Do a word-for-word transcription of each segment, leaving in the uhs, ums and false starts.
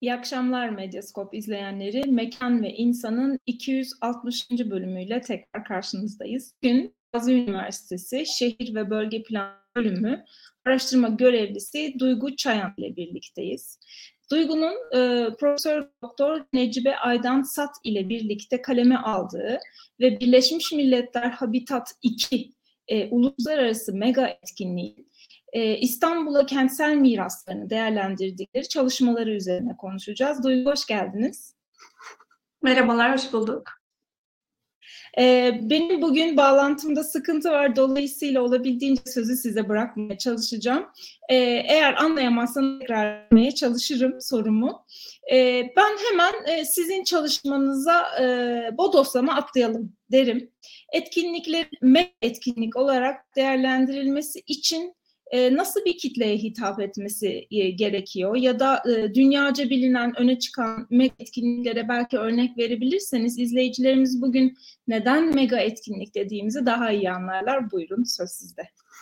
İyi akşamlar Medyaskop izleyenleri. Mekan ve İnsan'ın iki yüz altmışıncı bölümüyle tekrar karşınızdayız. Bugün Gazi Üniversitesi Şehir ve Bölge Planı Bölümü araştırma görevlisi Duygu Çayan ile birlikteyiz. Duygu'nun e, Profesör Doktor Necibe Aydan Sat ile birlikte kaleme aldığı ve Birleşmiş Milletler Habitat iki e, uluslararası mega etkinliği İstanbul'a kentsel miraslarını değerlendirdikleri çalışmaları üzerine konuşacağız. Duygu, hoş geldiniz. Merhabalar, hoş bulduk. Benim bugün bağlantımda sıkıntı var. Dolayısıyla olabildiğince sözü size bırakmaya çalışacağım. Eğer anlayamazsanız tekrar etmeye çalışırım sorumu. Ben hemen sizin çalışmanıza bodoslama atlayalım derim. Etkinlikler mega etkinlik olarak değerlendirilmesi için nasıl bir kitleye hitap etmesi gerekiyor? Ya da dünyaca bilinen, öne çıkan mega etkinliklere belki örnek verebilirseniz izleyicilerimiz bugün neden mega etkinlik dediğimizi daha iyi anlarlar. Buyurun, söz sizde.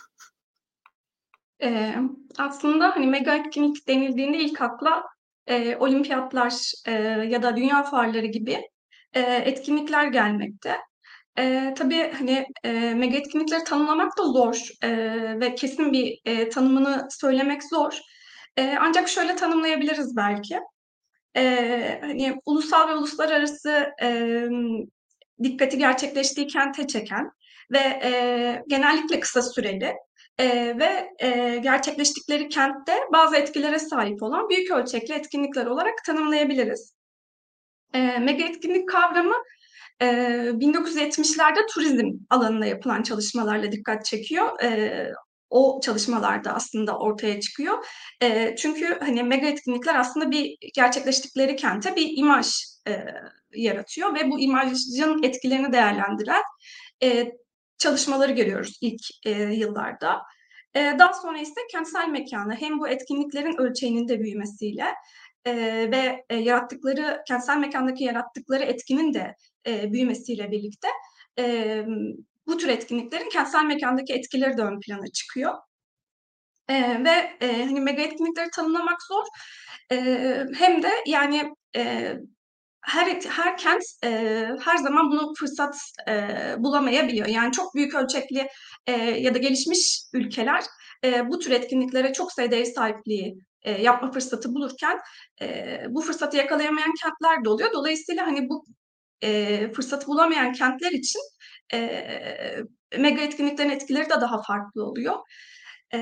Ee, aslında hani mega etkinlik denildiğinde ilk akla e, olimpiyatlar e, ya da dünya fuarları gibi e, etkinlikler gelmekte. E, tabii hani e, mega etkinlikleri tanımlamak da zor e, ve kesin bir e, tanımını söylemek zor. E, ancak şöyle tanımlayabiliriz belki. E, hani ulusal ve uluslararası e, dikkati gerçekleştiği kente çeken ve e, genellikle kısa süreli e, ve e, gerçekleştikleri kentte bazı etkilere sahip olan büyük ölçekli etkinlikler olarak tanımlayabiliriz. E, mega etkinlik kavramı e, bin dokuz yüz yetmişlerde turizm alanında yapılan çalışmalarla dikkat çekiyor. E, o çalışmalarda aslında ortaya çıkıyor. E, çünkü hani mega etkinlikler aslında bir gerçekleştikleri kente bir imaj e, yaratıyor ve bu imajın etkilerini değerlendiren e, çalışmaları görüyoruz ilk e, yıllarda. E, daha sonra ise kentsel mekanı hem bu etkinliklerin ölçeğinin de büyümesiyle e, ve e, yarattıkları kentsel mekandaki yarattıkları etkinin de e, büyümesiyle birlikte e, bu tür etkinliklerin kentsel mekandaki etkileri de ön plana çıkıyor. E, ve e, hani mega etkinlikleri tanımlamak zor. E, hem de yani e, her her kent e, her zaman bunu fırsat e, bulamayabiliyor. Yani çok büyük ölçekli e, ya da gelişmiş ülkeler e, bu tür etkinliklere çok sayıda ev sahipliği e, yapma fırsatı bulurken e, bu fırsatı yakalayamayan kentler de oluyor. Dolayısıyla hani bu e, fırsatı bulamayan kentler için e, mega etkinliklerin etkileri de daha farklı oluyor. E,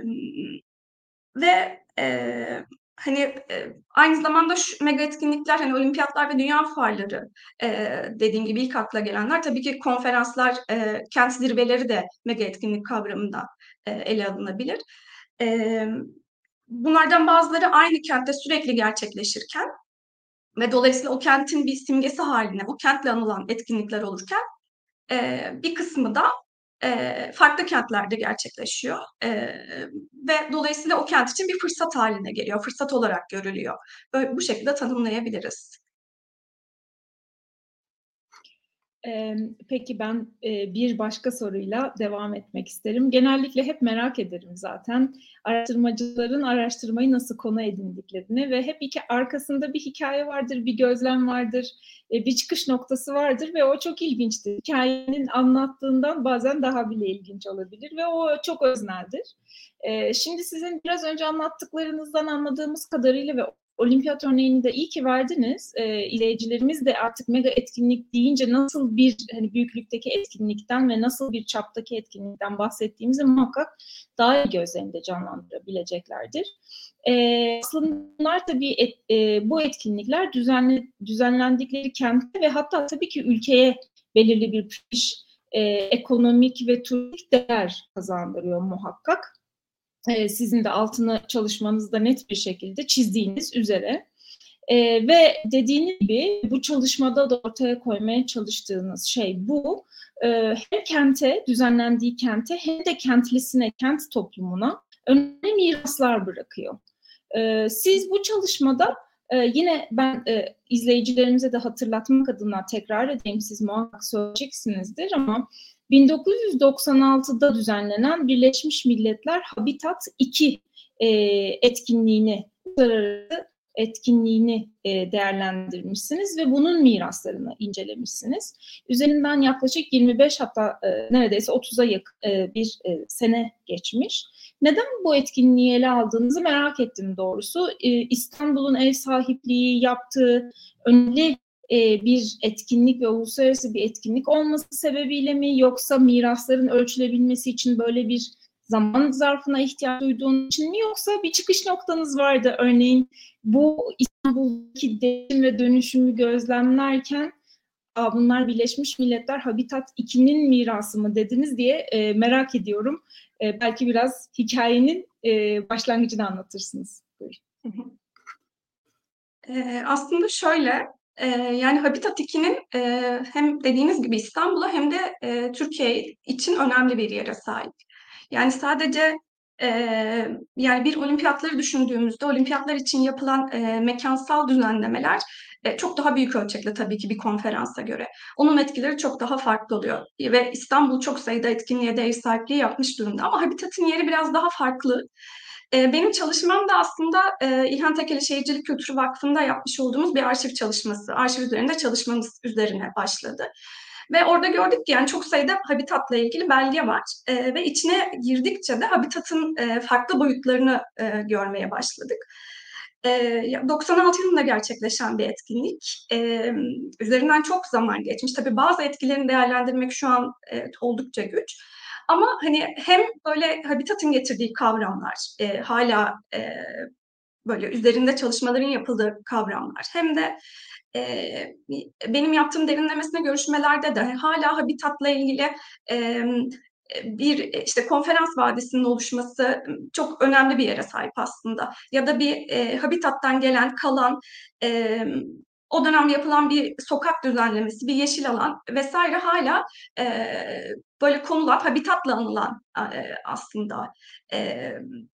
ve e, hani e, aynı zamanda şu mega etkinlikler hani olimpiyatlar ve dünya fuarları e, dediğim gibi ilk akla gelenler tabii ki konferanslar, e, kent zirveleri de mega etkinlik kavramında e, ele alınabilir. E, bunlardan bazıları aynı kentte sürekli gerçekleşirken ve dolayısıyla o kentin bir simgesi haline, o kentle anılan etkinlikler olurken e, bir kısmı da e, farklı kentlerde gerçekleşiyor e, ve dolayısıyla o kent için bir fırsat haline geliyor, fırsat olarak görülüyor. Böyle bu şekilde tanımlayabiliriz. Peki ben bir başka soruyla devam etmek isterim. Genellikle hep merak ederim zaten araştırmacıların araştırmayı nasıl konu edindiklerini ve hep iki, arkasında bir hikaye vardır, bir gözlem vardır, bir çıkış noktası vardır ve o çok ilginçtir. Hikayenin anlattığından bazen daha bile ilginç olabilir ve o çok özneldir. Şimdi sizin biraz önce anlattıklarınızdan anladığımız kadarıyla ve olimpiyat örneğini de iyi ki verdiniz. E, izleyicilerimiz de artık mega etkinlik deyince nasıl bir hani büyüklükteki etkinlikten ve nasıl bir çaptaki etkinlikten bahsettiğimizi muhakkak daha iyi gözlerinde canlandırabileceklerdir. E, aslında bunlar tabii et, e, bu etkinlikler düzenle, düzenlendikleri kente ve hatta tabii ki ülkeye belirli bir iş, e, ekonomik ve turistik değer kazandırıyor muhakkak. Sizin de altını çalışmanızda net bir şekilde çizdiğiniz üzere. Ee, ve dediğiniz gibi bu çalışmada da ortaya koymaya çalıştığınız şey bu. Ee, hem kente, düzenlendiği kente hem de kentlisine, kent toplumuna önemli miraslar bırakıyor. Ee, siz bu çalışmada e, yine ben e, izleyicilerimize de hatırlatmak adına tekrar edeyim, siz muhakkak söyleyeceksinizdir ama bin dokuz yüz doksan altıda düzenlenen Birleşmiş Milletler Habitat iki e, etkinliğini uluslararası etkinliğini e, değerlendirmişsiniz ve bunun miraslarını incelemişsiniz. Üzerinden yaklaşık yirmi beş hatta e, neredeyse otuza yakın e, bir e, sene geçmiş. Neden bu etkinliği ele aldığınızı merak ettim doğrusu. E, İstanbul'un ev sahipliği yaptığı önemli e, bir etkinlik ve uluslararası bir etkinlik olması sebebiyle mi, yoksa mirasların ölçülebilmesi için böyle bir zaman zarfına ihtiyaç duyduğunuz için mi, yoksa bir çıkış noktanız vardı? Örneğin bu İstanbul'daki değişim ve dönüşümü gözlemlerken Aa, bunlar Birleşmiş Milletler Habitat iki'nin mirası mı dediniz diye e, merak ediyorum. E, belki biraz hikayenin e, başlangıcını anlatırsınız. Buyurun. Ee, aslında şöyle, e, yani Habitat iki'nin e, hem dediğiniz gibi İstanbul'a hem de e, Türkiye için önemli bir yere sahip. Yani sadece e, yani bir olimpiyatları düşündüğümüzde olimpiyatlar için yapılan e, mekansal düzenlemeler e, çok daha büyük ölçekli tabii ki bir konferansa göre. Onun etkileri çok daha farklı oluyor ve İstanbul çok sayıda etkinliğe de ev sahipliği yapmış durumda ama Habitat'ın yeri biraz daha farklı. Benim çalışmam da aslında İlhan Tekeli Şehircilik Kültürü Vakfı'nda yapmış olduğumuz bir arşiv çalışması, arşiv üzerinde çalışmamız üzerine başladı. Ve orada gördük ki yani çok sayıda habitatla ilgili belge var e, ve içine girdikçe de habitatın e, farklı boyutlarını e, görmeye başladık. E, doksan altı yılında gerçekleşen bir etkinlik. E, üzerinden çok zaman geçmiş. Tabii bazı etkilerini değerlendirmek şu an e, oldukça güç. Ama hani hem böyle habitatın getirdiği kavramlar e, hala e, böyle üzerinde çalışmaların yapıldığı kavramlar hem de e, benim yaptığım derinlemesine görüşmelerde de hala habitatla ilgili e, bir işte konferans vadisinin oluşması çok önemli bir yere sahip aslında. Ya da bir e, habitattan gelen kalan e, o dönem yapılan bir sokak düzenlemesi, bir yeşil alan vesaire hala e, böyle konular, habitatla anılan e, aslında e,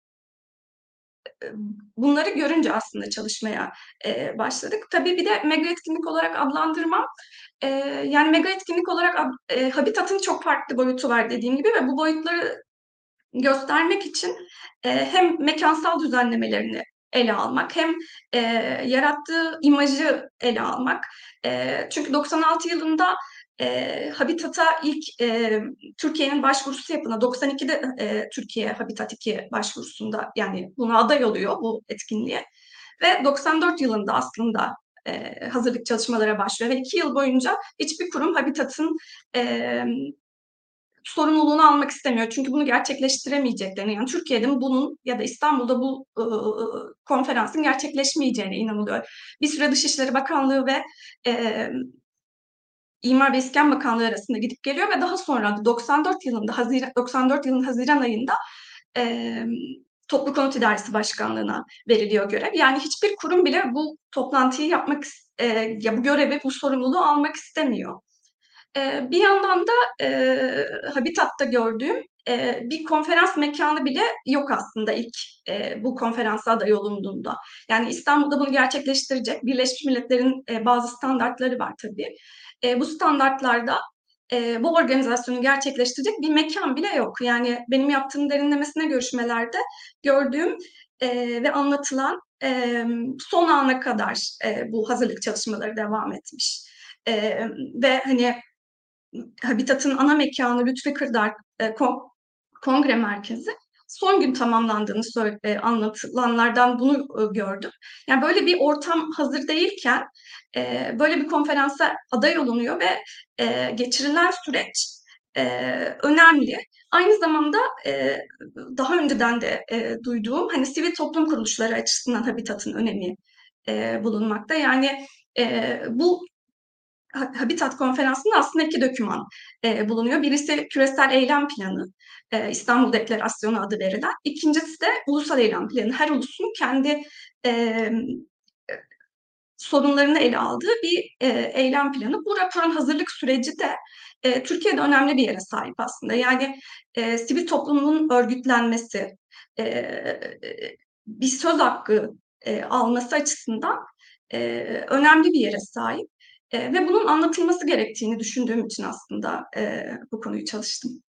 bunları görünce aslında çalışmaya e, başladık. Tabii bir de mega etkinlik olarak adlandırmam, e, yani mega etkinlik olarak e, Habitat'ın çok farklı boyutu var dediğim gibi ve bu boyutları göstermek için e, hem mekansal düzenlemelerini ele almak hem e, yarattığı imajı ele almak. E, çünkü doksan altı yılında e, Habitat'a ilk e, Türkiye'nin başvurusu yapına doksan iki'de e, Türkiye Habitat iki başvurusunda yani buna aday oluyor bu etkinliğe ve doksan dört yılında aslında e, hazırlık çalışmalara başlıyor ve iki yıl boyunca hiçbir kurum Habitat'ın e, sorumluluğunu almak istemiyor. Çünkü bunu gerçekleştiremeyeceklerini, yani Türkiye'de bunun ya da İstanbul'da bu e, konferansın gerçekleşmeyeceğine inanılıyor. Bir süre Dışişleri Bakanlığı ve e, İmar ve İskan Bakanlığı arasında gidip geliyor ve daha sonra doksan dört yılında Haziran, doksan dört yılın Haziran ayında e, Toplu Konut İdaresi Başkanlığı'na veriliyor görev. Yani hiçbir kurum bile bu toplantıyı yapmak, e, ya bu görevi, bu sorumluluğu almak istemiyor. E, bir yandan da e, Habitat'ta gördüğüm e, bir konferans mekanı bile yok aslında ilk e, bu konferansa aday olunduğunda. Yani İstanbul'da bunu gerçekleştirecek Birleşmiş Milletler'in e, bazı standartları var tabii. E, bu standartlarda e, bu organizasyonu gerçekleştirecek bir mekan bile yok. Yani benim yaptığım derinlemesine görüşmelerde gördüğüm e, ve anlatılan e, son ana kadar e, bu hazırlık çalışmaları devam etmiş. E, ve hani Habitat'ın ana mekanı Lütfi Kırdar e, Kon- Kongre Merkezi son gün tamamlandığını söyle, e, anlatılanlardan bunu e, gördüm. Yani böyle bir ortam hazır değilken e, böyle bir konferansa aday olunuyor ve e, geçirilen süreç e, önemli. Aynı zamanda e, daha önceden de e, duyduğum hani sivil toplum kuruluşları açısından Habitat'ın önemi e, bulunmakta. Yani e, bu Habitat Konferansı'nda aslında iki doküman e, bulunuyor. Birisi küresel eylem planı, e, İstanbul Deklarasyonu adı verilen. İkincisi de ulusal eylem planı. Her ulusun kendi e, sorunlarını ele aldığı bir e, eylem planı. Bu raporun hazırlık süreci de e, Türkiye'de önemli bir yere sahip aslında. Yani e, sivil toplumun örgütlenmesi, e, bir söz hakkı e, alması açısından e, önemli bir yere sahip. E, ve bunun anlatılması gerektiğini düşündüğüm için aslında e, bu konuyu çalıştım.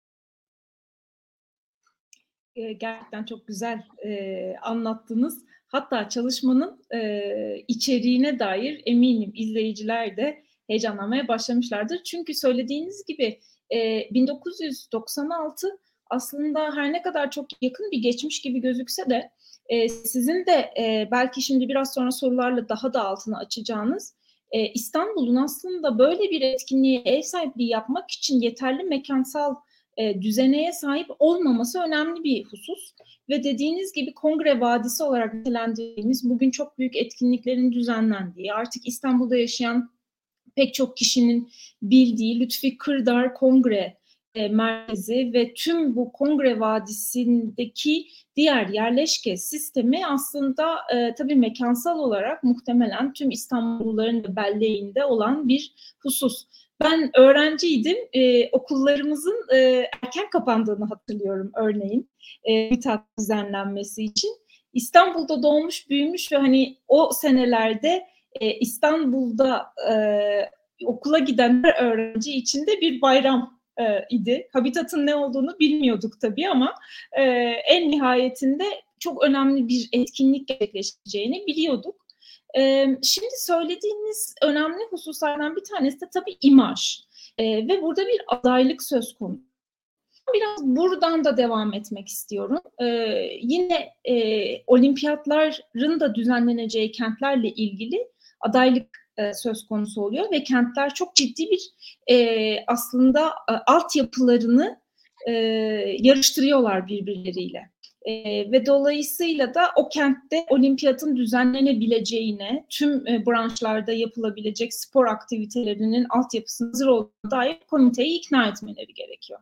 Gerçekten çok güzel e, anlattınız. Hatta çalışmanın e, içeriğine dair eminim izleyiciler de heyecanlanmaya başlamışlardır. Çünkü söylediğiniz gibi e, bin dokuz yüz doksan altı aslında her ne kadar çok yakın bir geçmiş gibi gözükse de e, sizin de e, belki şimdi biraz sonra sorularla daha da altını açacağınız e, İstanbul'un aslında böyle bir etkinliğe ev sahipliği yapmak için yeterli mekansal e, düzeneye sahip olmaması önemli bir husus. Ve dediğiniz gibi Kongre Vadisi olarak nitelendirdiğimiz bugün çok büyük etkinliklerin düzenlendiği, artık İstanbul'da yaşayan pek çok kişinin bildiği Lütfi Kırdar Kongre e, Merkezi ve tüm bu Kongre Vadisi'ndeki diğer yerleşke sistemi aslında e, tabii mekansal olarak muhtemelen tüm İstanbulluların da belleğinde olan bir husus. Ben öğrenciydim, e, okullarımızın e, erken kapandığını hatırlıyorum örneğin e, bir tat düzenlenmesi için. İstanbul'da doğmuş, büyümüş ve hani o senelerde e, İstanbul'da e, okula giden her öğrenci için de bir bayram e, idi. Habitat'ın ne olduğunu bilmiyorduk tabii ama e, en nihayetinde çok önemli bir etkinlik gerçekleşeceğini biliyorduk. E, şimdi söylediğiniz önemli hususlardan bir tanesi de tabii imaj. E, ve burada bir adaylık söz konusu. Biraz buradan da devam etmek istiyorum. Ee, yine e, olimpiyatların da düzenleneceği kentlerle ilgili adaylık e, söz konusu oluyor ve kentler çok ciddi bir e, aslında e, altyapılarını e, yarıştırıyorlar birbirleriyle. E, ve dolayısıyla da o kentte olimpiyatın düzenlenebileceğine, tüm e, branşlarda yapılabilecek spor aktivitelerinin altyapısının hazır olduğuna dair komiteyi ikna etmeleri gerekiyor.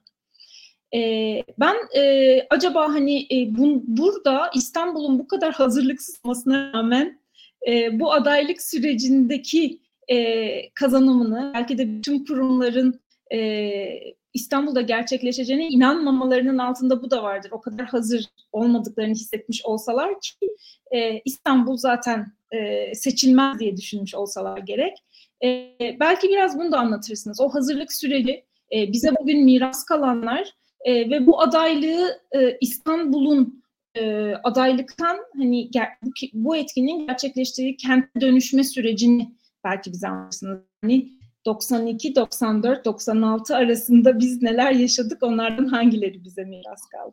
Ee, ben e, acaba hani e, bu, burada İstanbul'un bu kadar hazırlıksız olmasına rağmen e, bu adaylık sürecindeki e, kazanımını, belki de bütün kurumların e, İstanbul'da gerçekleşeceğine inanmamalarının altında bu da vardır. O kadar hazır olmadıklarını hissetmiş olsalar ki e, İstanbul zaten e, seçilmez diye düşünmüş olsalar gerek. E, belki biraz bunu da anlatırsınız. O hazırlık süreci, e, bize bugün miras kalanlar e, ve bu adaylığı e, İstanbul'un e, adaylıktan hani ger- bu, bu etkinliğin gerçekleştirdiği kente dönüşme sürecini belki bize anlatırsınız. Hani doksan iki, doksan dört, doksan altı arasında biz neler yaşadık, onlardan hangileri bize miras kaldı?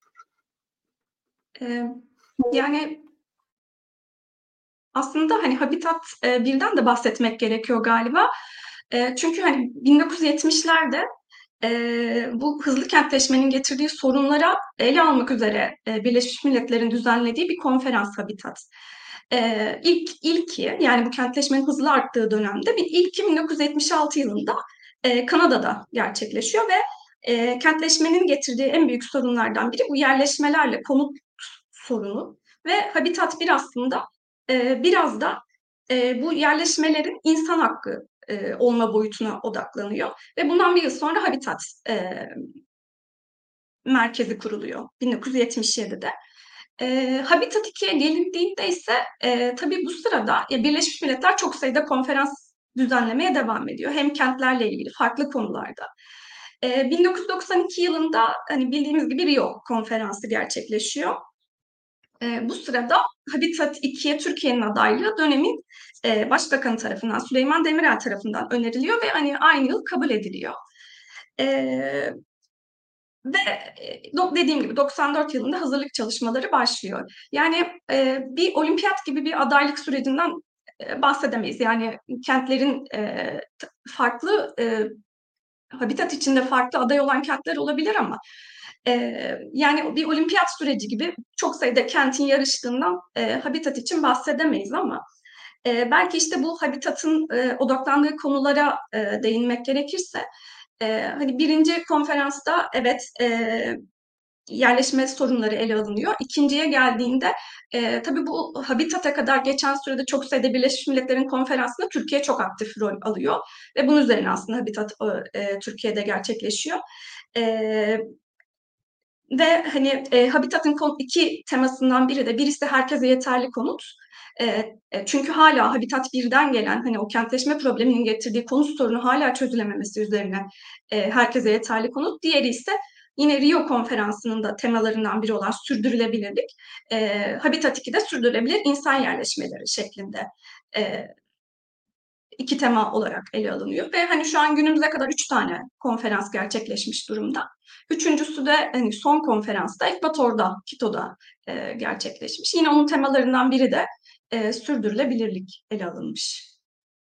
Ee, yani aslında hani Habitat e, birden de bahsetmek gerekiyor galiba. E, çünkü hani bin dokuz yüz yetmişlerde e, bu hızlı kentleşmenin getirdiği sorunlara ele almak üzere e, Birleşmiş Milletler'in düzenlediği bir konferans Habitat. E, ilk ilki yani bu kentleşmenin hızlı arttığı dönemde bir ilki bin dokuz yüz yetmiş altı yılında e, Kanada'da gerçekleşiyor ve e, kentleşmenin getirdiği en büyük sorunlardan biri bu yerleşmelerle konut sorunu ve Habitat bir aslında e, biraz da e, bu yerleşmelerin insan hakkı e, olma boyutuna odaklanıyor ve bundan bir yıl sonra Habitat e, merkezi kuruluyor bin dokuz yüz yetmiş yedide. E, Habitat ikiye gelindiğinde ise e, tabii bu sırada ya Birleşmiş Milletler çok sayıda konferans düzenlemeye devam ediyor. Hem kentlerle ilgili farklı konularda. E, bin dokuz yüz doksan iki yılında hani bildiğimiz gibi Rio konferansı gerçekleşiyor. E, bu sırada Habitat ikiye Türkiye'nin adaylığı dönemin e, başbakanı tarafından, Süleyman Demirel tarafından öneriliyor ve hani aynı yıl kabul ediliyor. E, ve e, dediğim gibi doksan dört yılında hazırlık çalışmaları başlıyor. Yani e, bir olimpiyat gibi bir adaylık sürecinden e, bahsedemeyiz. Yani kentlerin e, farklı e, Habitat içinde farklı aday olan kentler olabilir ama e, yani bir olimpiyat süreci gibi çok sayıda kentin yarıştığından e, Habitat için bahsedemeyiz ama e, belki işte bu Habitat'ın e, odaklandığı konulara e, değinmek gerekirse e, hani birinci konferansta evet e, yerleşme sorunları ele alınıyor. İkinciye geldiğinde e, tabii bu Habitat'a kadar geçen sürede çok sayıda Birleşmiş Milletler'in konferansında Türkiye çok aktif rol alıyor. Ve bunun üzerine aslında Habitat e, Türkiye'de gerçekleşiyor. E, ve hani e, Habitat'ın iki temasından biri de birisi herkese yeterli konut. E, e, çünkü hala Habitat birden gelen hani o kentleşme probleminin getirdiği konut sorunu hala çözülememesi üzerine e, herkese yeterli konut. Diğeri ise yine Rio Konferansı'nın da temalarından biri olan sürdürülebilirlik, e, Habitat ikide sürdürülebilir insan yerleşmeleri şeklinde e, iki tema olarak ele alınıyor. Ve hani şu an günümüze kadar üç tane konferans gerçekleşmiş durumda. Üçüncüsü de hani son konferansta Ekvator'da, Quito'da e, gerçekleşmiş. Yine onun temalarından biri de e, sürdürülebilirlik ele alınmış.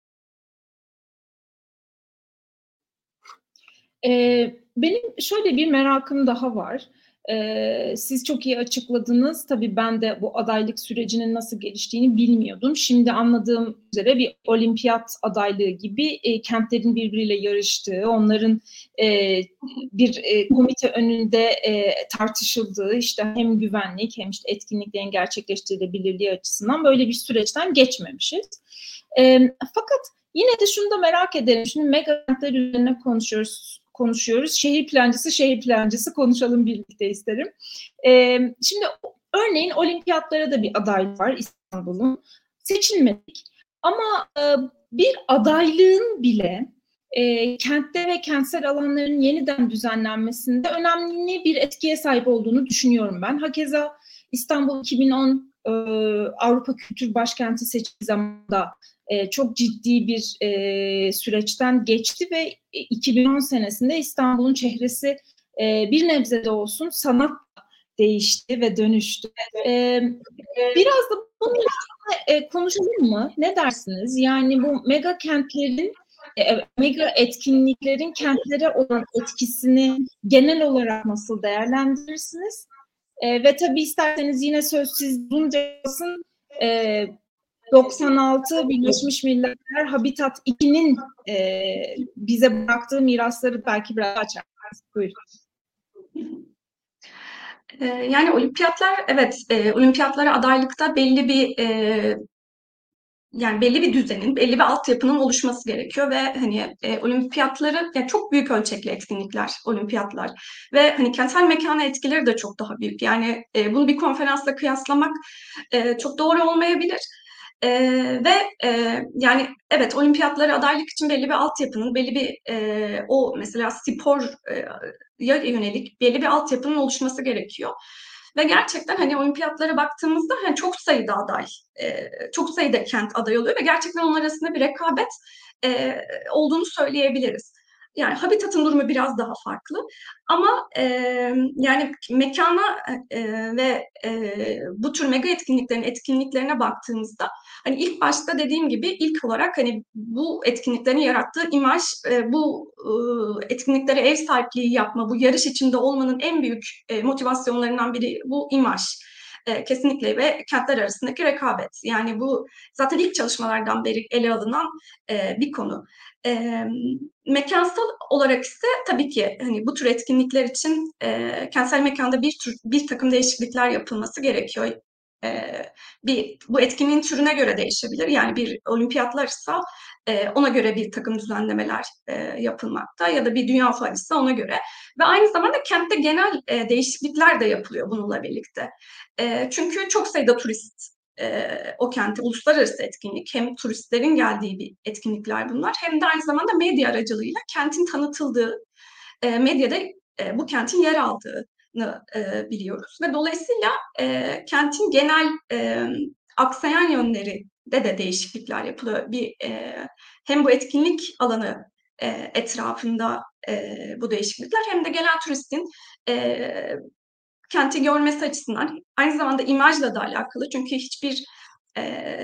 Ee, benim şöyle bir merakım daha var. Ee, siz çok iyi açıkladınız. Tabii ben de bu adaylık sürecinin nasıl geliştiğini bilmiyordum. Şimdi anladığım üzere bir olimpiyat adaylığı gibi e, kentlerin birbiriyle yarıştığı, onların e, bir e, komite önünde e, tartışıldığı, işte hem güvenlik hem işte etkinliklerin gerçekleştirilebilirliği açısından böyle bir süreçten geçmemişiz. E, fakat yine de şunu da merak ederim. Şimdi mega kentler üzerine konuşuyoruz konuşuyoruz. Şehir plancısı, şehir plancısı konuşalım birlikte isterim. Ee, şimdi örneğin olimpiyatlara da bir aday var İstanbul'un. Seçilmedik. Ama e, bir adaylığın bile e, kentte ve kentsel alanların yeniden düzenlenmesinde önemli bir etkiye sahip olduğunu düşünüyorum ben. Hakeza İstanbul iki bin on e, Avrupa Kültür Başkenti seçildiği zamanında e, çok ciddi bir e, süreçten geçti ve iki bin on senesinde İstanbul'un çehresi e, bir nebze de olsun sanat değişti ve dönüştü. E, biraz da bunun üstüne e, konuşalım mı? Ne dersiniz? Yani bu mega kentlerin, e, mega etkinliklerin kentlere olan etkisini genel olarak nasıl değerlendirirsiniz? E, ve tabii isterseniz yine söz siz Bunca'sın, e, doksan altı Birleşmiş Milletler Habitat ikinin e, bize bıraktığı mirasları belki biraz açarsınız. Buyurun. Yani olimpiyatlar, evet, e, olimpiyatlara adaylıkta belli bir e, yani belli bir düzenin, belli bir altyapının oluşması gerekiyor ve hani e, olimpiyatları yani çok büyük ölçekli etkinlikler, olimpiyatlar ve hani kentsel mekana etkileri de çok daha büyük. Yani e, bunu bir konferansla kıyaslamak e, çok doğru olmayabilir. E, ve e, yani evet, olimpiyatlara adaylık için belli bir altyapının, belli bir e, o mesela spor e, ya yönelik belli bir altyapının oluşması gerekiyor. Ve gerçekten hani olimpiyatlara baktığımızda hani çok sayıda aday, e, çok sayıda kent aday oluyor ve gerçekten onlar arasında bir rekabet e, olduğunu söyleyebiliriz. Yani Habitat'ın durumu biraz daha farklı ama e, yani mekana e, ve e, bu tür mega etkinliklerin etkinliklerine baktığımızda hani ilk başta dediğim gibi ilk olarak hani bu etkinliklerin yarattığı imaj, e, bu e, etkinliklere ev sahipliği yapma, bu yarış içinde olmanın en büyük e, motivasyonlarından biri bu imaj. E, kesinlikle ve kentler arasındaki rekabet. Yani bu zaten ilk çalışmalardan beri ele alınan e, bir konu. E, mekansal olarak ise tabii ki hani bu tür etkinlikler için e, kentsel mekanda bir tür bir takım değişiklikler yapılması gerekiyor. E, bir bu etkinliğin türüne göre değişebilir. Yani bir olimpiyatlarsa e, ona göre bir takım düzenlemeler e, yapılmakta ya da bir dünya fuarıysa ona göre. Ve aynı zamanda kentte genel e, değişiklikler de yapılıyor bununla birlikte. E, çünkü çok sayıda turist e, o kente, uluslararası etkinlik, hem turistlerin geldiği bir etkinlikler bunlar, hem de aynı zamanda medya aracılığıyla kentin tanıtıldığı, e, medyada e, bu kentin yer aldığını e, biliyoruz. Ve dolayısıyla e, kentin genel e, aksayan yönleri de de değişiklikler yapılıyor. Bir e, hem bu etkinlik alanı e, etrafında e, bu değişiklikler, hem de gelen turistin e, kenti görmesi açısından, aynı zamanda imajla da alakalı. Çünkü hiçbir e,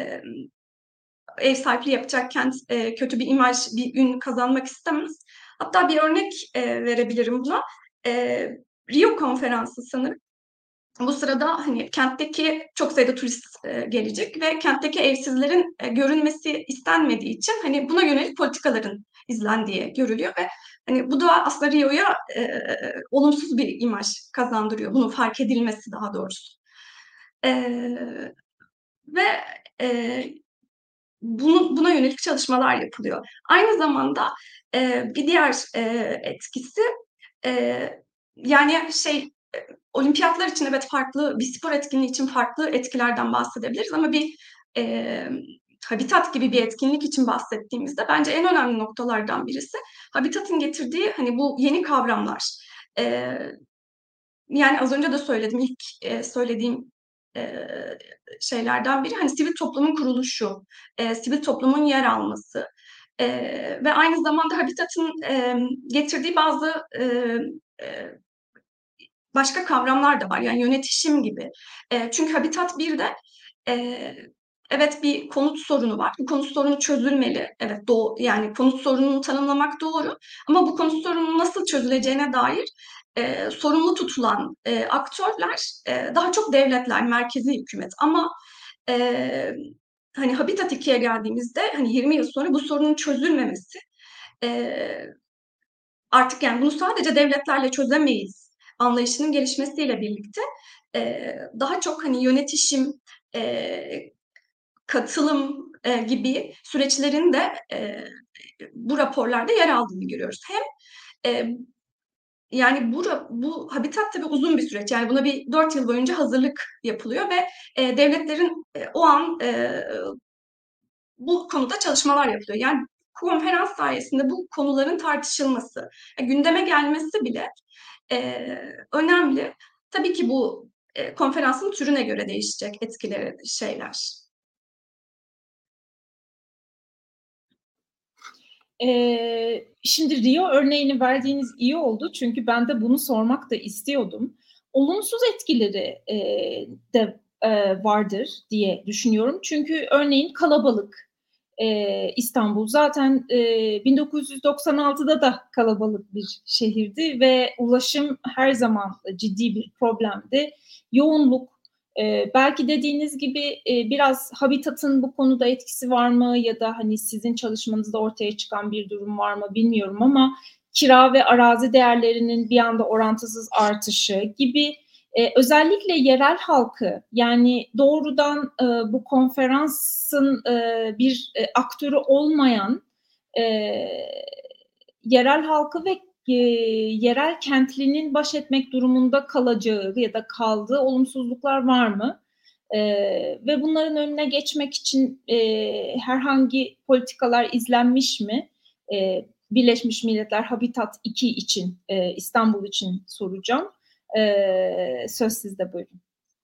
ev sahipliği yapacak kent e, kötü bir imaj, bir ün kazanmak istemez. Hatta bir örnek e, verebilirim buna. E, Rio Konferansı sanırım. Bu sırada hani kentteki çok sayıda turist e, gelecek ve kentteki evsizlerin e, görünmesi istenmediği için hani buna yönelik politikaların izlendiği görülüyor ve hani bu da aslında Rio'ya e, olumsuz bir imaj kazandırıyor. Bunun fark edilmesi daha doğrusu. E, ve e, bunu, buna yönelik çalışmalar yapılıyor. Aynı zamanda e, bir diğer e, etkisi e, yani şey e, olimpiyatlar için evet farklı, bir spor etkinliği için farklı etkilerden bahsedebiliriz ama bir e, Habitat gibi bir etkinlik için bahsettiğimizde bence en önemli noktalardan birisi Habitat'ın getirdiği hani bu yeni kavramlar. E, yani az önce de söyledim, ilk e, söylediğim e, şeylerden biri hani sivil toplumun kuruluşu, e, sivil toplumun yer alması e, ve aynı zamanda Habitat'ın e, getirdiği bazı e, e, başka kavramlar da var. Yani yönetişim gibi. E, çünkü Habitat birde e, evet bir konut sorunu var. Bu konut sorunu çözülmeli. Evet, doğ yani konut sorununu tanımlamak doğru. Ama bu konut sorununun nasıl çözüleceğine dair e, sorumlu tutulan e, aktörler e, daha çok devletler, merkezi hükümet. Ama e, hani Habitat ikiye geldiğimizde hani yirmi yıl sonra bu sorunun çözülmemesi e, artık yani bunu sadece devletlerle çözemeyiz anlayışının gelişmesiyle birlikte e, daha çok hani yönetişim, e, katılım e, gibi süreçlerin de e, bu raporlarda yer aldığını görüyoruz. Hem e, yani bu, bu habitat tabii uzun bir süreç. Yani buna bir dört yıl boyunca hazırlık yapılıyor ve e, devletlerin e, o an e, bu konuda çalışmalar yapılıyor. Yani konferans sayesinde bu konuların tartışılması, yani gündeme gelmesi bile e, önemli. Tabii ki bu e, konferansın türüne göre değişecek etkileri şeyler. Ee, şimdi Rio örneğini verdiğiniz iyi oldu çünkü ben de bunu sormak da istiyordum. Olumsuz etkileri e, de e, vardır diye düşünüyorum. Çünkü örneğin kalabalık e, İstanbul zaten e, bin dokuz yüz doksan altıda da kalabalık bir şehirdi ve ulaşım her zaman ciddi bir problemdi. Yoğunluk, ee, belki dediğiniz gibi e, biraz Habitat'ın bu konuda etkisi var mı ya da hani sizin çalışmanızda ortaya çıkan bir durum var mı bilmiyorum ama kira ve arazi değerlerinin bir anda orantısız artışı gibi e, özellikle yerel halkı yani doğrudan e, bu konferansın e, bir e, aktörü olmayan e, yerel halkı ve e, yerel kentlinin baş etmek durumunda kalacağı ya da kaldığı olumsuzluklar var mı? E, ve bunların önüne geçmek için e, herhangi politikalar izlenmiş mi? E, Birleşmiş Milletler Habitat iki için, e, İstanbul için soracağım. E, söz sizde, buyurun.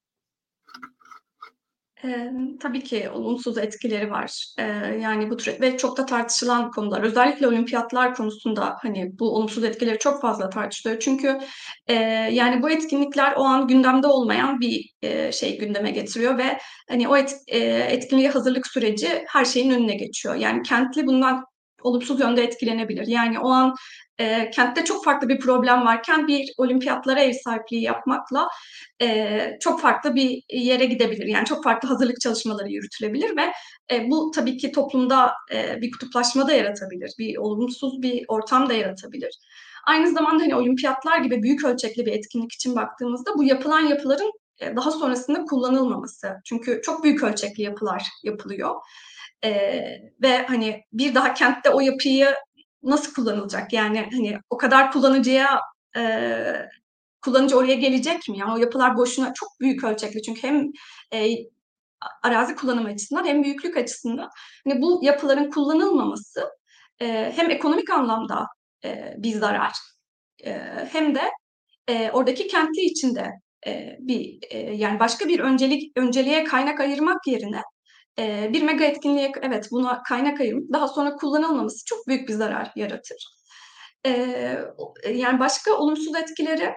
Eee, tabii ki olumsuz etkileri var. Eee, yani bu tür ve çok da tartışılan konular. Özellikle olimpiyatlar konusunda hani bu olumsuz etkileri çok fazla tartışılıyor. Çünkü eee, yani bu etkinlikler o an gündemde olmayan bir eee, şey gündeme getiriyor ve hani o et, eee, etkinliğe hazırlık süreci her şeyin önüne geçiyor. Yani kentli bundan olumsuz yönde etkilenebilir. Yani o an eee, kentte çok farklı bir problem varken bir olimpiyatlara ev sahipliği yapmakla e, çok farklı bir yere gidebilir. Yani çok farklı hazırlık çalışmaları yürütülebilir ve e, bu tabii ki toplumda e, bir kutuplaşma da yaratabilir, bir olumsuz bir ortam da yaratabilir. Aynı zamanda hani olimpiyatlar gibi büyük ölçekli bir etkinlik için baktığımızda bu yapılan yapıların e, daha sonrasında kullanılmaması. Çünkü çok büyük ölçekli yapılar yapılıyor. E, ve hani bir daha kentte o yapıyı nasıl kullanılacak? Yani hani o kadar kullanıcıya e, kullanıcı oraya gelecek mi? Yani o yapılar boşuna çok büyük ölçekli çünkü hem e, arazi kullanımı açısından hem büyüklük açısından hani bu yapıların kullanılmaması e, hem ekonomik anlamda e, bir zarar e, hem de e, oradaki kentli içinde e, bir e, yani başka bir öncelik önceliğe kaynak ayırmak yerine e, bir mega etkinliğe evet buna kaynak ayırıp daha sonra kullanılmaması çok büyük bir zarar yaratır. E, yani başka olumsuz etkileri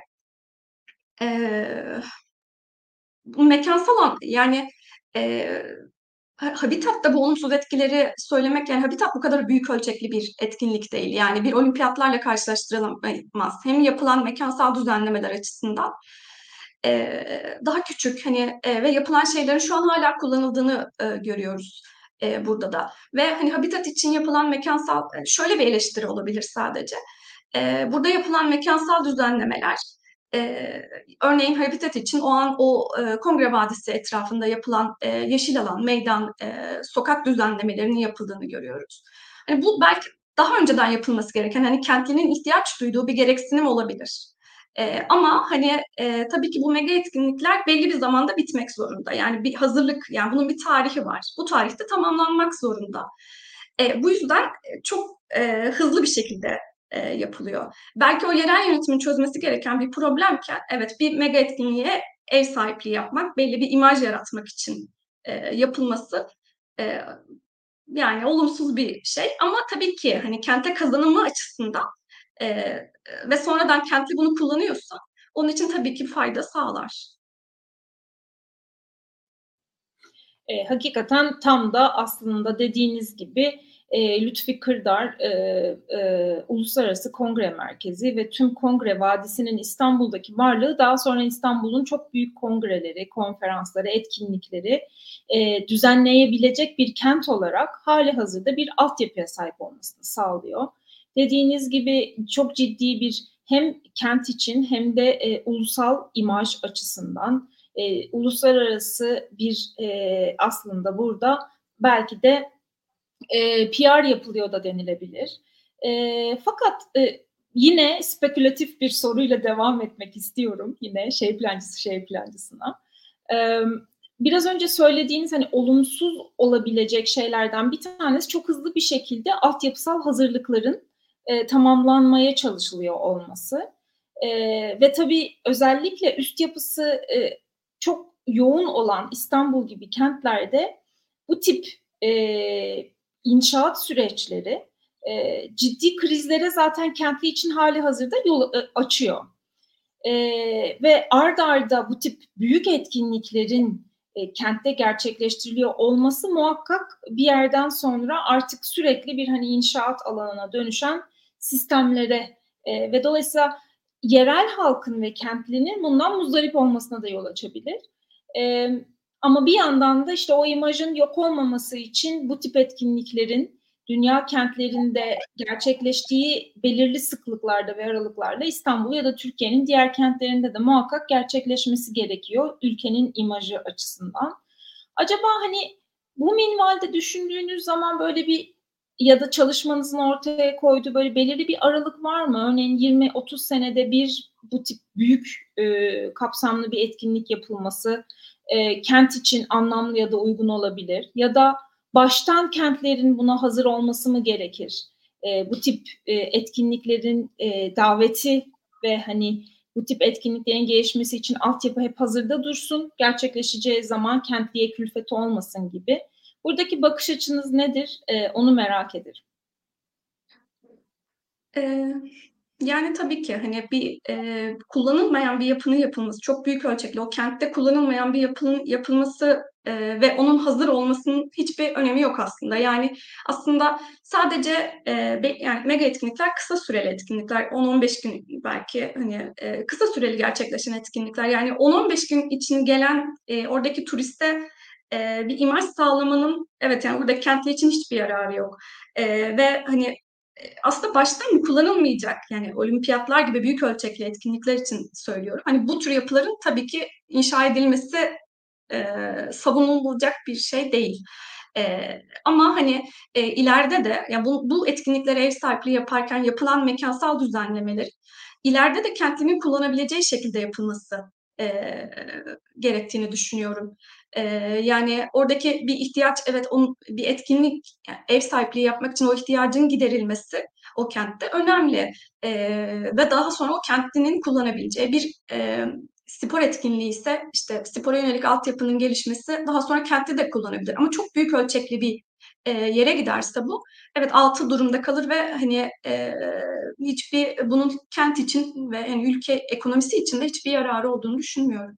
e, mekansal an yani e, Habitat'ta bu olumsuz etkileri söylemek yani Habitat bu kadar büyük ölçekli bir etkinlik değil. Yani bir olimpiyatlarla karşılaştırılamaz. Hem yapılan mekansal düzenlemeler açısından e, daha küçük hani e, ve yapılan şeylerin şu an hala kullanıldığını e, görüyoruz e, burada da. Ve hani Habitat için yapılan mekansal şöyle bir eleştiri olabilir sadece. E, burada yapılan mekansal düzenlemeler ee, örneğin Habitat için o an o e, Kongre Vadisi etrafında yapılan e, yeşil alan, meydan, e, sokak düzenlemelerinin yapıldığını görüyoruz. Hani bu belki daha önceden yapılması gereken, hani kentlinin ihtiyaç duyduğu bir gereksinim olabilir. E, ama hani e, tabii ki bu mega etkinlikler belli bir zamanda bitmek zorunda. Yani bir hazırlık, yani bunun bir tarihi var. Bu tarihte tamamlanmak zorunda. E, bu yüzden çok e, hızlı bir şekilde e, yapılıyor. Belki o yerel yönetimin çözmesi gereken bir problemken, evet, bir mega etkinliğe ev sahipliği yapmak, belli bir imaj yaratmak için e, yapılması e, yani olumsuz bir şey. Ama tabii ki hani kente kazanımı açısından e, ve sonradan kentli bunu kullanıyorsa onun için tabii ki fayda sağlar. E, hakikaten tam da aslında dediğiniz gibi e, Lütfi Kırdar e, e, Uluslararası Kongre Merkezi ve tüm Kongre Vadisi'nin İstanbul'daki varlığı daha sonra İstanbul'un çok büyük kongreleri, konferansları, etkinlikleri e, düzenleyebilecek bir kent olarak hali hazırda bir altyapıya sahip olmasını sağlıyor. Dediğiniz gibi çok ciddi bir hem kent için hem de e, ulusal imaj açısından e, uluslararası bir e, aslında burada belki de e, P R yapılıyor da denilebilir. E, fakat e, yine spekülatif bir soruyla devam etmek istiyorum yine şey plancısı şey plancısına. E, biraz önce söylediğiniz hani olumsuz olabilecek şeylerden bir tanesi çok hızlı bir şekilde altyapısal hazırlıkların e, tamamlanmaya çalışılıyor olması. E, ve tabii özellikle üst yapısı e, çok yoğun olan İstanbul gibi kentlerde bu tip e, inşaat süreçleri e, ciddi krizlere zaten kentli için hali hazırda yol e, açıyor. E, ve ard arda bu tip büyük etkinliklerin e, kentte gerçekleştiriliyor olması muhakkak bir yerden sonra artık sürekli bir hani inşaat alanına dönüşen sistemlere e, ve dolayısıyla yerel halkın ve kentlinin bundan muzdarip olmasına da yol açabilir. E, ama bir yandan da işte o imajın yok olmaması için bu tip etkinliklerin dünya kentlerinde gerçekleştiği belirli sıklıklarda ve aralıklarla İstanbul ya da Türkiye'nin diğer kentlerinde de muhakkak gerçekleşmesi gerekiyor ülkenin imajı açısından. Acaba hani bu minvalde düşündüğünüz zaman böyle bir ya da çalışmanızın ortaya koyduğu böyle belirli bir aralık var mı? Örneğin yirmi otuz senede bir bu tip büyük e, kapsamlı bir etkinlik yapılması e, kent için anlamlı ya da uygun olabilir. Ya da baştan kentlerin buna hazır olması mı gerekir? E, bu tip e, etkinliklerin e, daveti ve hani bu tip etkinliklerin gelişmesi için altyapı hep hazırda dursun, gerçekleşeceği zaman kentliye külfet olmasın gibi. Buradaki bakış açınız nedir? E, onu merak ederim. Ee, Yani tabii ki hani bir e, kullanılmayan bir yapının yapılması, çok büyük ölçekli o kentte kullanılmayan bir yapının yapılması e, ve onun hazır olmasının hiçbir önemi yok aslında. Yani aslında sadece e, be, yani mega etkinlikler kısa süreli etkinlikler, on on beş gün belki hani e, kısa süreli gerçekleşen etkinlikler. Yani on on beş gün için gelen e, oradaki turiste e, bir imaj sağlamanın, evet, yani burada kentli için hiçbir yararı yok. E, ve hani aslında baştan kullanılmayacak, yani olimpiyatlar gibi büyük ölçekli etkinlikler için söylüyorum. Hani bu tür yapıların tabii ki inşa edilmesi e, savunulacak bir şey değil. E, ama hani e, ileride de yani bu, bu etkinliklere ev sahipliği yaparken yapılan mekansal düzenlemeler ileride de kentlinin kullanabileceği şekilde yapılması e, gerektiğini düşünüyorum. E, yani oradaki bir ihtiyaç, evet, onun bir etkinlik, yani ev sahipliği yapmak için o ihtiyacın giderilmesi o kentte önemli. E, ve daha sonra o kentlinin kullanabileceği bir e, spor etkinliği ise işte spora yönelik altyapının gelişmesi daha sonra kentte de kullanabilir. Ama çok büyük ölçekli bir e, yere giderse bu, evet, altı durumda kalır ve hani e, hiçbir bunun kent için ve yani ülke ekonomisi için de hiçbir yararı olduğunu düşünmüyorum.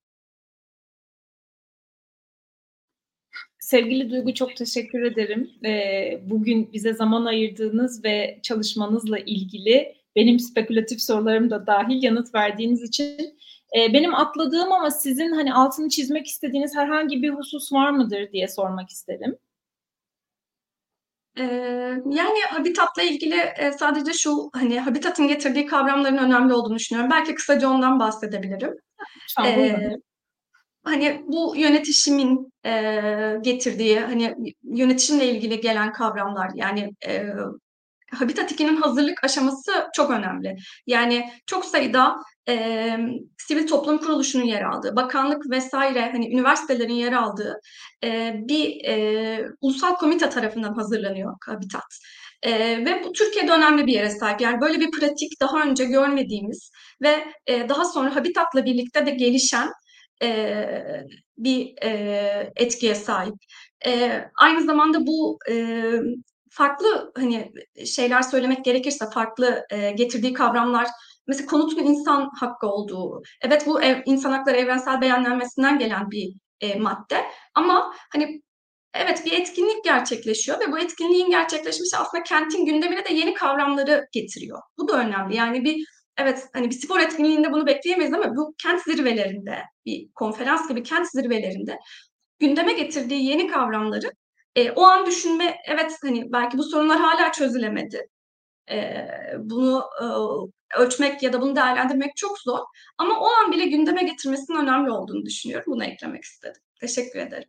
Sevgili Duygu çok teşekkür ederim. Ee, bugün bize zaman ayırdığınız ve çalışmanızla ilgili benim spekülatif sorularım da dahil yanıt verdiğiniz için. Ee, benim atladığım ama sizin hani altını çizmek istediğiniz herhangi bir husus var mıdır diye sormak isterim. Ee, Yani habitatla ilgili e, sadece şu, hani habitatın getirdiği kavramların önemli olduğunu düşünüyorum. Belki kısaca ondan bahsedebilirim. Lütfen Ee, buyurun. Hani bu yönetişimin e, getirdiği, hani yönetişimle ilgili gelen kavramlar, yani e, Habitat ikinin hazırlık aşaması çok önemli. Yani çok sayıda e, sivil toplum kuruluşunun yer aldığı, bakanlık vesaire, hani üniversitelerin yer aldığı e, bir e, ulusal komite tarafından hazırlanıyor Habitat. E, ve bu Türkiye'de önemli bir yere sahip. Yani böyle bir pratik daha önce görmediğimiz ve e, daha sonra Habitat'la birlikte de gelişen e, bir e, etkiye sahip. E, aynı zamanda bu e, farklı hani şeyler söylemek gerekirse farklı e, getirdiği kavramlar, mesela konutun insan hakkı olduğu, evet bu ev, insan hakları evrensel beyannamesinden gelen bir e, madde ama hani evet bir etkinlik gerçekleşiyor ve bu etkinliğin gerçekleşmesi aslında kentin gündemine de yeni kavramları getiriyor. Bu da önemli. Yani bir evet hani bir spor etkinliğinde bunu bekleyemeyiz ama bu kent zirvelerinde, bir konferans gibi kent zirvelerinde gündeme getirdiği yeni kavramları e, o an düşünme, evet hani belki bu sorunlar hala çözülemedi. E, bunu e, ölçmek ya da bunu değerlendirmek çok zor ama o an bile gündeme getirmesinin önemli olduğunu düşünüyorum. Bunu eklemek istedim. Teşekkür ederim.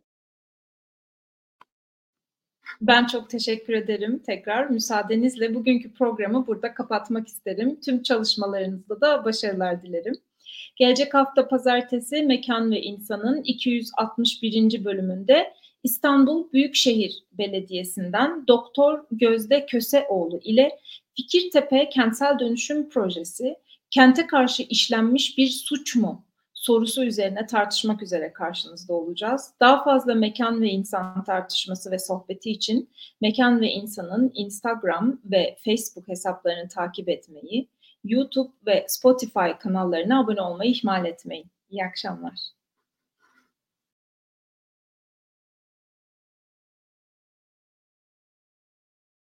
Ben çok teşekkür ederim tekrar. Müsaadenizle bugünkü programı burada kapatmak isterim. Tüm çalışmalarınızda da başarılar dilerim. Gelecek hafta pazartesi Mekan ve İnsan'ın iki yüz altmış birinci bölümünde İstanbul Büyükşehir Belediyesi'nden Doktor Gözde Köseoğlu ile Fikirtepe Kentsel Dönüşüm Projesi, kente karşı işlenmiş bir suç mu sorusu üzerine tartışmak üzere karşınızda olacağız. Daha fazla mekan ve insan tartışması ve sohbeti için Mekan ve İnsan'ın Instagram ve Facebook hesaplarını takip etmeyi, YouTube ve Spotify kanallarına abone olmayı ihmal etmeyin. İyi akşamlar.